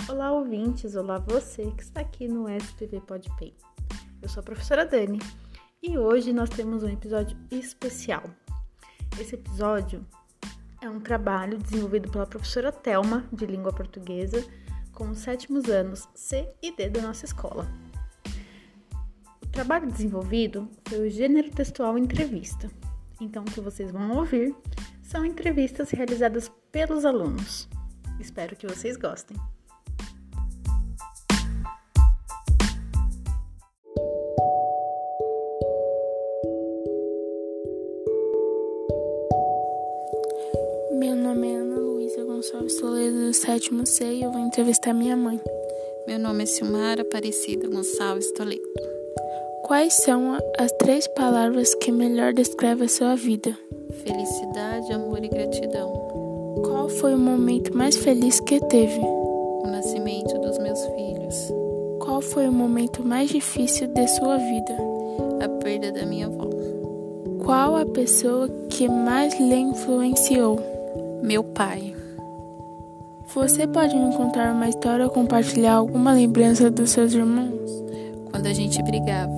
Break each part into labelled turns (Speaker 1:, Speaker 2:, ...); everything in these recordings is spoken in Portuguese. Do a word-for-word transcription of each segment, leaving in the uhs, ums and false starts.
Speaker 1: Olá, ouvintes! Olá, você que está aqui no S P V PodPay. Eu sou a professora Dani e hoje nós temos um episódio especial. Esse episódio é um trabalho desenvolvido pela professora Thelma, de língua portuguesa, com os sétimos anos C e D da nossa escola. O trabalho desenvolvido foi o gênero textual entrevista. Então, o que vocês vão ouvir são entrevistas realizadas pelos alunos. Espero que vocês gostem.
Speaker 2: Meu nome é Ana Luísa Gonçalves Toledo, do sétimo C, e eu vou entrevistar minha mãe.
Speaker 3: Meu nome é Silmara Aparecida Gonçalves Toledo.
Speaker 2: Quais são as três palavras que melhor descrevem a sua vida?
Speaker 3: Felicidade, amor e gratidão.
Speaker 2: Qual foi o momento mais feliz que teve?
Speaker 3: O nascimento dos meus filhos.
Speaker 2: Qual foi o momento mais difícil de sua vida?
Speaker 3: A perda da minha avó.
Speaker 2: Qual a pessoa que mais lhe influenciou?
Speaker 3: Meu pai.
Speaker 2: Você pode me contar uma história ou compartilhar alguma lembrança dos seus irmãos?
Speaker 3: Quando a gente brigava.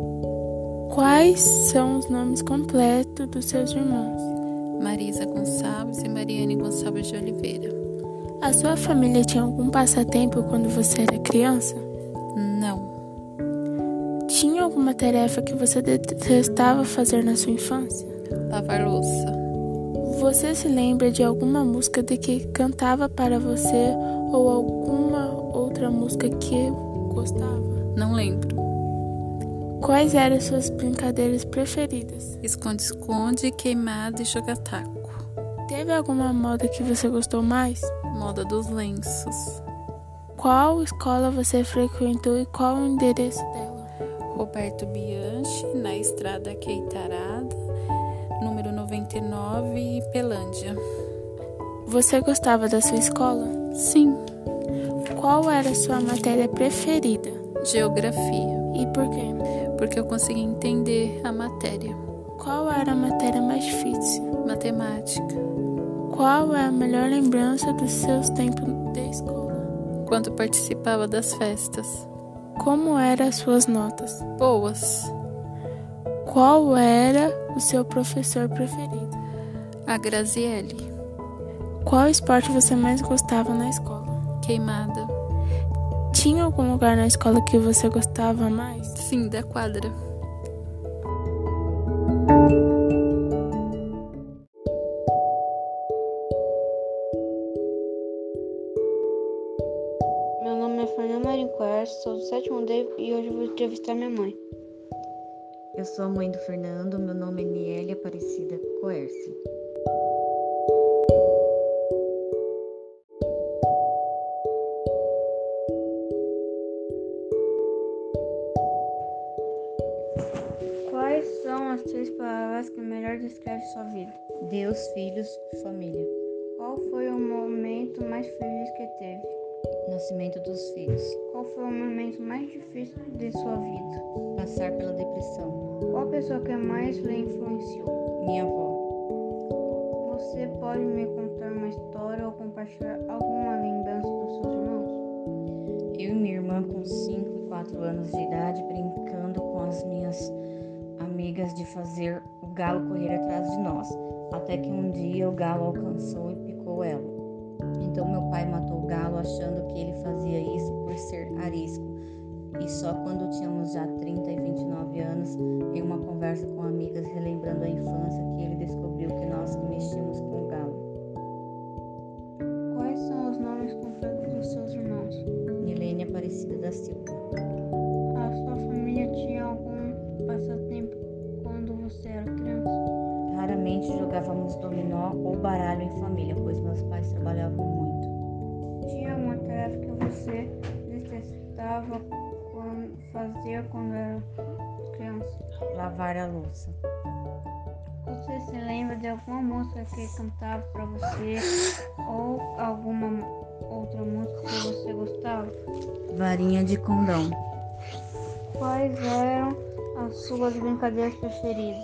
Speaker 2: Quais são os nomes completos dos seus irmãos?
Speaker 3: Marisa Gonçalves e Mariane Gonçalves de Oliveira.
Speaker 2: A sua família tinha algum passatempo quando você era criança?
Speaker 3: Não.
Speaker 2: Tinha alguma tarefa que você detestava fazer na sua infância?
Speaker 3: Lavar louça.
Speaker 2: Você se lembra de alguma música de que cantava para você ou alguma outra música que gostava?
Speaker 3: Não lembro.
Speaker 2: Quais eram suas brincadeiras preferidas?
Speaker 3: Esconde-esconde, queimada e jogar taco.
Speaker 2: Teve alguma moda que você gostou mais?
Speaker 3: Moda dos lenços.
Speaker 2: Qual escola você frequentou e qual o endereço dela?
Speaker 3: Roberto Bianchi, na Estrada Queitarada, número noventa e nove, Pelândia.
Speaker 2: Você gostava da sua escola?
Speaker 3: Sim.
Speaker 2: Qual era a sua matéria preferida?
Speaker 3: Geografia.
Speaker 2: E por quê?
Speaker 3: Porque eu consegui entender a matéria.
Speaker 2: Qual era a matéria mais difícil?
Speaker 3: Matemática.
Speaker 2: Qual é a melhor lembrança dos seus tempos de escola?
Speaker 3: Quando participava das festas.
Speaker 2: Como eram as suas notas?
Speaker 3: Boas.
Speaker 2: Qual era o seu professor preferido?
Speaker 3: A Graziele.
Speaker 2: Qual esporte você mais gostava na escola?
Speaker 3: Queimada.
Speaker 2: Tinha algum lugar na escola que você gostava mais?
Speaker 3: Sim, da quadra.
Speaker 4: Meu nome é Fernanda Marinho Coerce, sou do sétimo D e hoje vou entrevistar minha mãe.
Speaker 5: Eu sou a mãe do Fernando, meu nome é Niele Aparecida Coerce.
Speaker 4: Quais são as três palavras que melhor descrevem sua vida?
Speaker 5: Deus, filhos, família.
Speaker 4: Qual foi o momento mais feliz que teve?
Speaker 5: Nascimento dos filhos.
Speaker 4: Qual foi o momento mais difícil de sua vida?
Speaker 5: Passar pela depressão.
Speaker 4: Qual a pessoa que mais lhe influenciou?
Speaker 5: Minha avó.
Speaker 4: Você pode me contar uma história ou compartilhar alguma lembrança dos seus irmãos?
Speaker 5: Eu e minha irmã com cinco e quatro anos de idade brincando com as minhas amigas de fazer o galo correr atrás de nós, até que um dia o galo alcançou e picou ela. Então meu pai matou o galo achando que ele fazia isso por ser arisco. E só quando tínhamos já trinta e vinte e nove anos, em uma conversa com amigas relembrando a infância, que ele descobriu que nós que mexíamos com o galo.
Speaker 4: Quais são os nomes completos dos seus irmãos?
Speaker 5: Nilene Aparecida da Silva.
Speaker 4: A sua família tinha algum passatempo quando você era criança?
Speaker 5: Raramente jogávamos dominó ou baralho em família, pois meus pais trabalhavam muito.
Speaker 4: Tinha alguma tarefa que você detestava quando fazer quando era criança?
Speaker 5: Lavar a louça.
Speaker 4: Você se lembra de alguma música que cantava para você ou alguma outra música que você gostava?
Speaker 5: Varinha de condão.
Speaker 4: Quais eram as suas brincadeiras preferidas?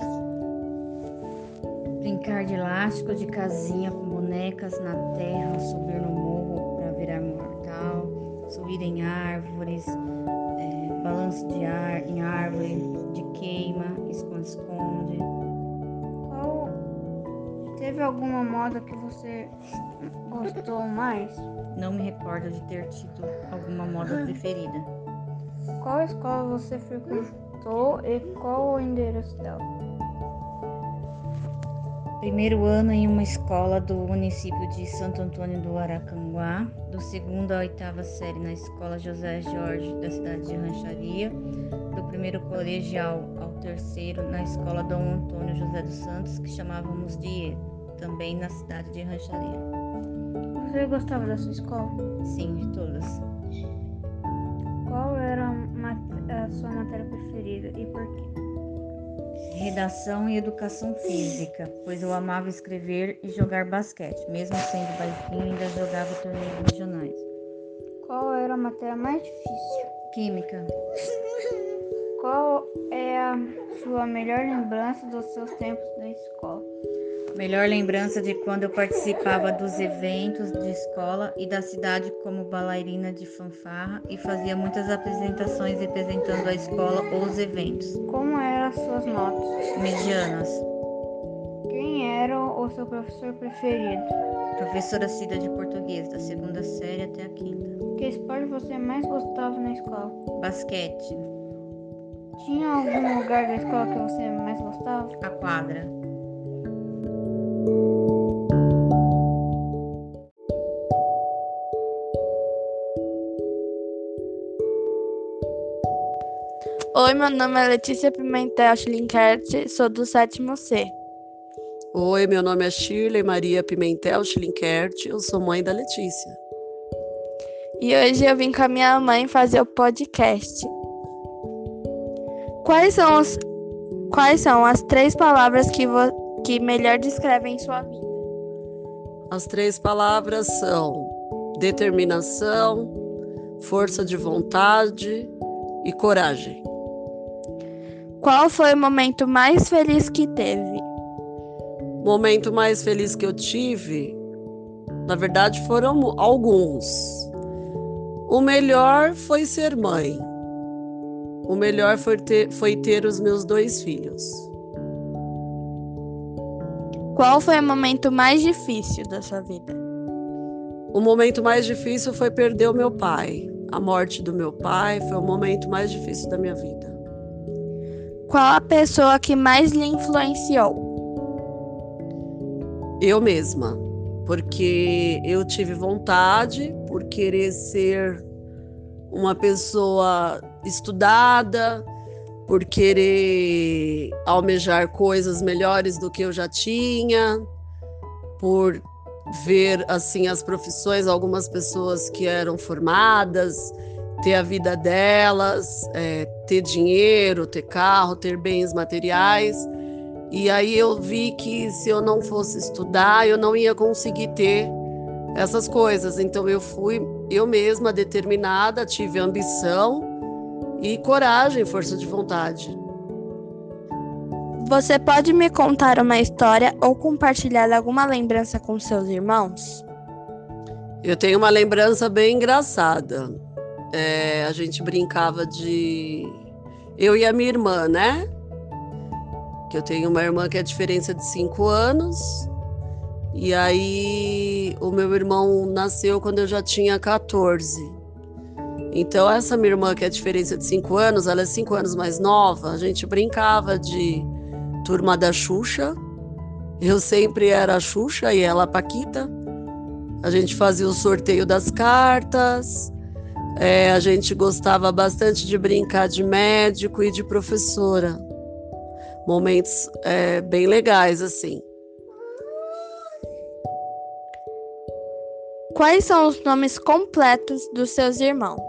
Speaker 5: Brincar de elástico, de casinha com bonecas na terra, subir no morro para virar mortal, subida em árvores, é, balanço de ar em árvore, de queima, esconde-esconde.
Speaker 4: Qual teve alguma moda que você gostou mais?
Speaker 5: Não me recordo de ter tido alguma moda preferida.
Speaker 4: Qual escola você frequentou e qual o endereço dela?
Speaker 5: Primeiro ano em uma escola do município de Santo Antônio do Aracanguá, do segundo à oitava série na escola José Jorge da cidade de Rancharia, do primeiro colegial ao terceiro na escola Dom Antônio José dos Santos, que chamávamos de I E, também na cidade de Rancharia.
Speaker 4: Você gostava da sua escola?
Speaker 5: Sim, de todas.
Speaker 4: Qual era a, mat- a sua matéria preferida e por quê?
Speaker 5: Redação e educação física, pois eu amava escrever e jogar basquete. Mesmo sendo baixinho, ainda jogava torneios regionais.
Speaker 4: Qual era a matéria mais difícil?
Speaker 5: Química.
Speaker 4: Qual é a sua melhor lembrança dos seus tempos da escola?
Speaker 5: Melhor lembrança de quando eu participava dos eventos de escola e da cidade como bailarina de fanfarra e fazia muitas apresentações representando a escola ou os eventos.
Speaker 4: Como eram as suas notas?
Speaker 5: Medianas.
Speaker 4: Quem era o seu professor preferido?
Speaker 5: Professora Cida de português, da segunda série até a quinta.
Speaker 4: Que esporte você mais gostava na escola?
Speaker 5: Basquete.
Speaker 4: Tinha algum lugar da escola que você mais gostava?
Speaker 5: A quadra.
Speaker 2: Oi, meu nome é Letícia Pimentel Schlinkert, sou do sétimo C.
Speaker 6: Oi, meu nome é Shirley Maria Pimentel Schlinkert, eu sou mãe da Letícia.
Speaker 2: E hoje eu vim com a minha mãe fazer o podcast. Quais são, os, quais são as três palavras que, vo, que melhor descrevem sua vida?
Speaker 6: As três palavras são determinação, força de vontade e coragem.
Speaker 2: Qual foi o momento mais feliz que teve?
Speaker 6: O momento mais feliz que eu tive, na verdade, foram alguns. O melhor foi ser mãe. O melhor foi ter, foi ter os meus dois filhos.
Speaker 2: Qual foi o momento mais difícil da sua vida?
Speaker 6: O momento mais difícil foi perder o meu pai. A morte do meu pai foi o momento mais difícil da minha vida.
Speaker 2: Qual a pessoa que mais lhe influenciou?
Speaker 6: Eu mesma, porque eu tive vontade por querer ser uma pessoa estudada, por querer almejar coisas melhores do que eu já tinha, por ver assim as profissões, algumas pessoas que eram formadas, ter a vida delas, é, ter dinheiro, ter carro, ter bens materiais. E aí eu vi que se eu não fosse estudar, eu não ia conseguir ter essas coisas. Então eu fui eu mesma determinada, tive ambição e coragem, força de vontade.
Speaker 2: Você pode me contar uma história ou compartilhar alguma lembrança com seus irmãos?
Speaker 6: Eu tenho uma lembrança bem engraçada. É, a gente brincava de... Eu e a minha irmã, né? Que eu tenho uma irmã que é a diferença de cinco anos. E aí o meu irmão nasceu quando eu já tinha quatorze. Então essa minha irmã, que é a diferença de cinco anos, ela é cinco anos mais nova. A gente brincava de turma da Xuxa. Eu sempre era a Xuxa e ela a Paquita. A gente fazia o sorteio das cartas. É, a gente gostava bastante de brincar de médico e de professora. Momentos é, bem legais, assim.
Speaker 2: Quais são os nomes completos dos seus irmãos?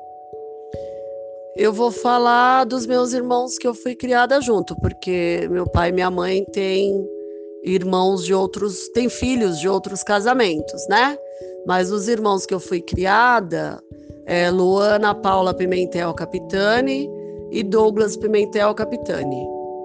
Speaker 6: Eu vou falar dos meus irmãos que eu fui criada junto, porque meu pai e minha mãe têm irmãos de outros, têm filhos de outros casamentos, né? Mas os irmãos que eu fui criada é Luana Paula Pimentel Capitani e Douglas Pimentel Capitani.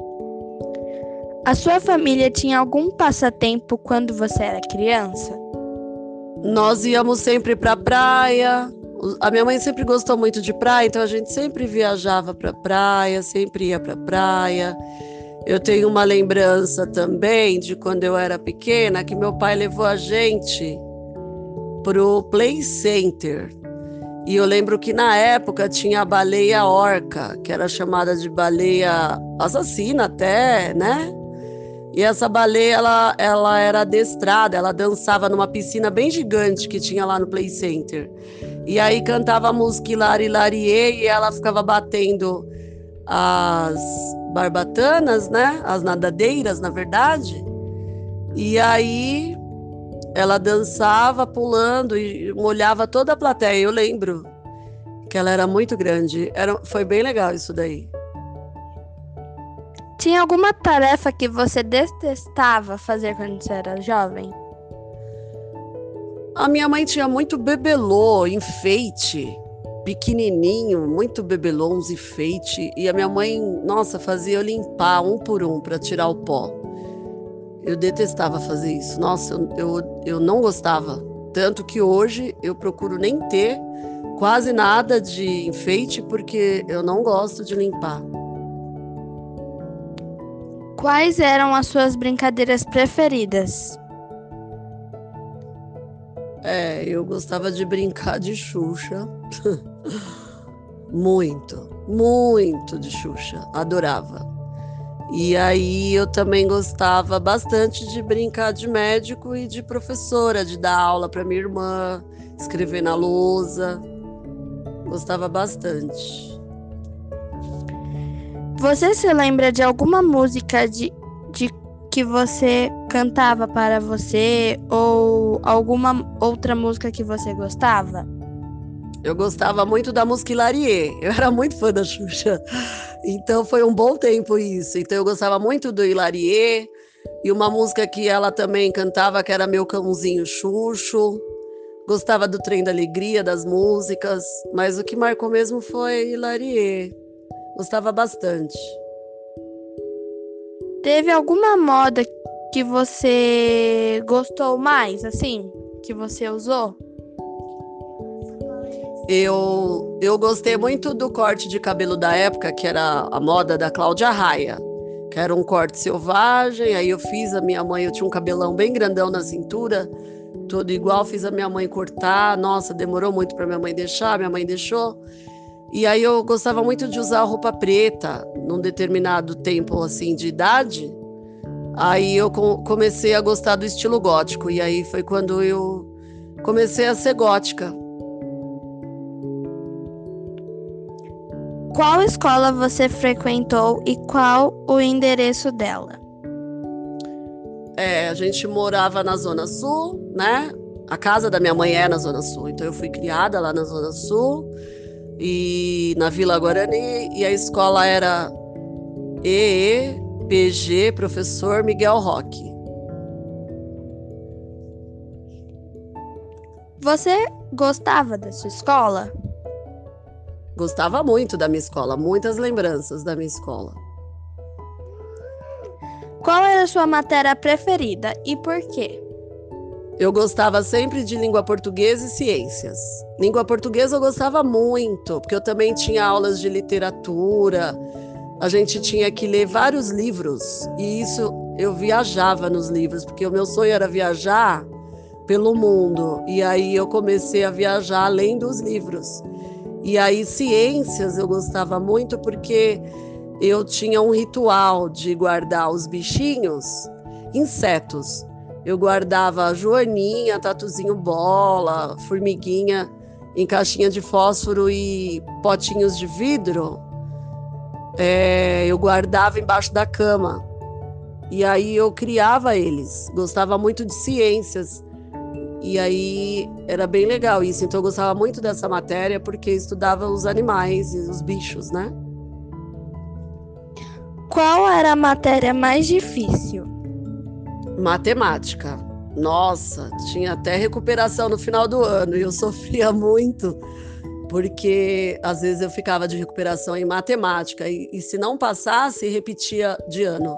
Speaker 2: A sua família tinha algum passatempo quando você era criança?
Speaker 6: Nós íamos sempre para a praia, A minha mãe sempre gostou muito de praia, então a gente sempre viajava para praia, sempre ia para praia. Eu tenho uma lembrança também de quando eu era pequena, que meu pai levou a gente pro Play Center. E eu lembro que na época tinha a baleia orca, que era chamada de baleia assassina até, né? E essa baleia, ela, ela era adestrada, ela dançava numa piscina bem gigante que tinha lá no Play Center. E aí cantava a música Hilari Hilarie e ela ficava batendo as barbatanas, né? As nadadeiras, na verdade. E aí ela dançava, pulando e molhava toda a plateia. Eu lembro que ela era muito grande. Era, foi bem legal isso daí.
Speaker 2: Tinha alguma tarefa que você detestava fazer quando você era jovem?
Speaker 6: A minha mãe tinha muito bebelô, enfeite, pequenininho, muito bebelô, uns enfeite. E a minha mãe, nossa, fazia eu limpar um por um para tirar o pó. Eu detestava fazer isso. Nossa, eu, eu, eu não gostava. Tanto que hoje eu procuro nem ter quase nada de enfeite porque eu não gosto de limpar.
Speaker 2: Quais eram as suas brincadeiras preferidas?
Speaker 6: É, eu gostava de brincar de Xuxa. Muito, muito de Xuxa. Adorava. E aí eu também gostava bastante de brincar de médico e de professora, de dar aula para minha irmã, escrever na lousa. Gostava bastante.
Speaker 2: Você se lembra de alguma música de, de que você cantava para você ou alguma outra música que você gostava?
Speaker 6: Eu gostava muito da música Hilarie. Eu era muito fã da Xuxa. Então foi um bom tempo isso. Então eu gostava muito do Hilarie e uma música que ela também cantava que era Meu Cãozinho Xuxo. Gostava do Trem da Alegria, das músicas, mas o que marcou mesmo foi Hilarie. Gostava bastante.
Speaker 2: Teve alguma moda que você gostou mais, assim, que você usou?
Speaker 6: Eu, eu gostei muito do corte de cabelo da época, que era a moda da Cláudia Raia, que era um corte selvagem. Aí eu fiz a minha mãe, eu tinha um cabelão bem grandão na cintura, todo igual, fiz a minha mãe cortar. Nossa, demorou muito para minha mãe deixar, minha mãe deixou. E aí eu gostava muito de usar roupa preta num determinado tempo assim de idade. Aí eu comecei a gostar do estilo gótico e aí foi quando eu comecei a ser gótica.
Speaker 2: Qual escola você frequentou e qual o endereço dela?
Speaker 6: É, a gente morava na Zona Sul, né? A casa da minha mãe é na Zona Sul, então eu fui criada lá na Zona Sul e na Vila Guarani, e a escola era E E P G Professor Miguel Roque.
Speaker 2: Você gostava da sua escola?
Speaker 6: Gostava muito da minha escola, muitas lembranças da minha escola.
Speaker 2: Qual era a sua matéria preferida e por quê?
Speaker 6: Eu gostava sempre de língua portuguesa e ciências. Língua portuguesa eu gostava muito, porque eu também tinha aulas de literatura. A gente tinha que ler vários livros e isso eu viajava nos livros, porque o meu sonho era viajar pelo mundo. E aí eu comecei a viajar além dos livros. E aí ciências eu gostava muito porque eu tinha um ritual de guardar os bichinhos, insetos. Eu guardava joaninha, tatuzinho bola, formiguinha em caixinha de fósforo e potinhos de vidro. É, eu guardava embaixo da cama. E aí eu criava eles. Gostava muito de ciências. E aí era bem legal isso. Então eu gostava muito dessa matéria porque estudava os animais e os bichos, né?
Speaker 2: Qual era a matéria mais difícil?
Speaker 6: Matemática. Nossa, tinha até recuperação no final do ano e eu sofria muito porque às vezes eu ficava de recuperação em matemática e, e se não passasse, repetia de ano.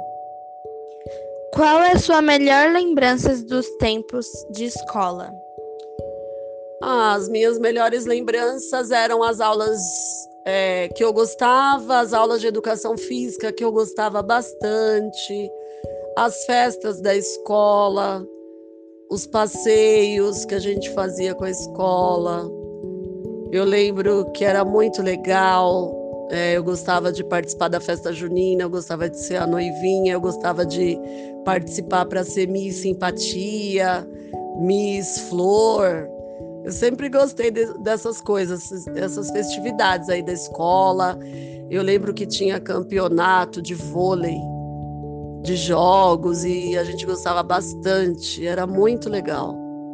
Speaker 2: Qual é a sua melhor lembrança dos tempos de escola?
Speaker 6: Ah, as minhas melhores lembranças eram as aulas é, que eu gostava, as aulas de educação física que eu gostava bastante, as festas da escola, os passeios que a gente fazia com a escola. Eu lembro que era muito legal, é, eu gostava de participar da festa junina, eu gostava de ser a noivinha, eu gostava de participar para ser Miss Simpatia, Miss Flor. Eu sempre gostei de, dessas coisas, essas festividades aí da escola. Eu lembro que tinha campeonato de vôlei, de jogos, e a gente gostava bastante, era muito legal.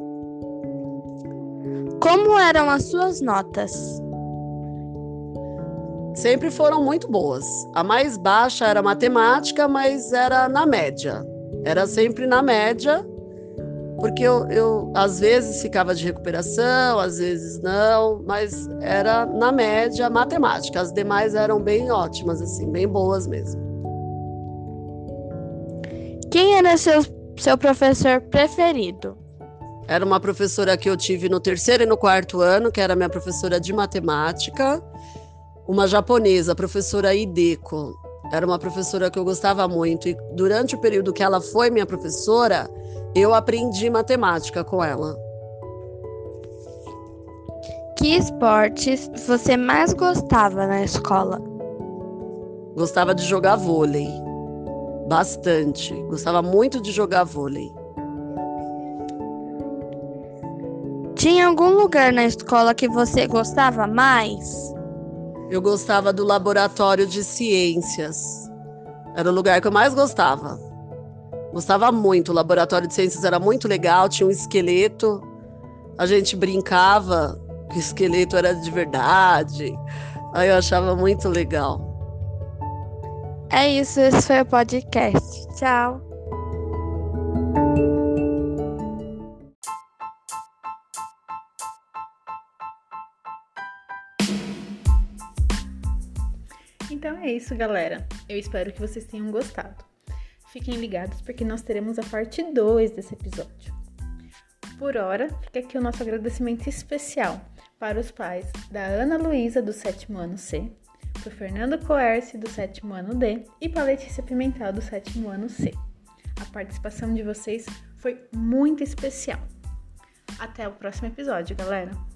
Speaker 2: Como eram as suas notas?
Speaker 6: Sempre foram muito boas. A mais baixa era matemática, mas era na média. Era sempre na média, porque eu, eu às vezes ficava de recuperação, às vezes não, mas era na média matemática. As demais eram bem ótimas, assim, bem boas mesmo.
Speaker 2: Quem era seu, seu professor preferido?
Speaker 6: Era uma professora que eu tive no terceiro e no quarto ano, que era minha professora de matemática, uma japonesa, a professora Hideko. Era uma professora que eu gostava muito, e durante o período que ela foi minha professora, eu aprendi matemática com ela.
Speaker 2: Que esportes você mais gostava na escola?
Speaker 6: Gostava de jogar vôlei, bastante. Gostava muito de jogar vôlei.
Speaker 2: Tinha algum lugar na escola que você gostava mais?
Speaker 6: Eu gostava do laboratório de ciências. Era o lugar que eu mais gostava. Gostava muito. O laboratório de ciências era muito legal, tinha um esqueleto. A gente brincava que o esqueleto era de verdade. Aí eu achava muito legal.
Speaker 2: É isso, esse foi o podcast. Tchau!
Speaker 1: Então é isso, galera. Eu espero que vocês tenham gostado. Fiquem ligados porque nós teremos a parte dois desse episódio. Por hora, fica aqui o nosso agradecimento especial para os pais da Ana Luísa, do sétimo ano C, para o Fernando Coerce, do sétimo ano D, e para a Letícia Pimentel, do sétimo ano C. A participação de vocês foi muito especial. Até o próximo episódio, galera!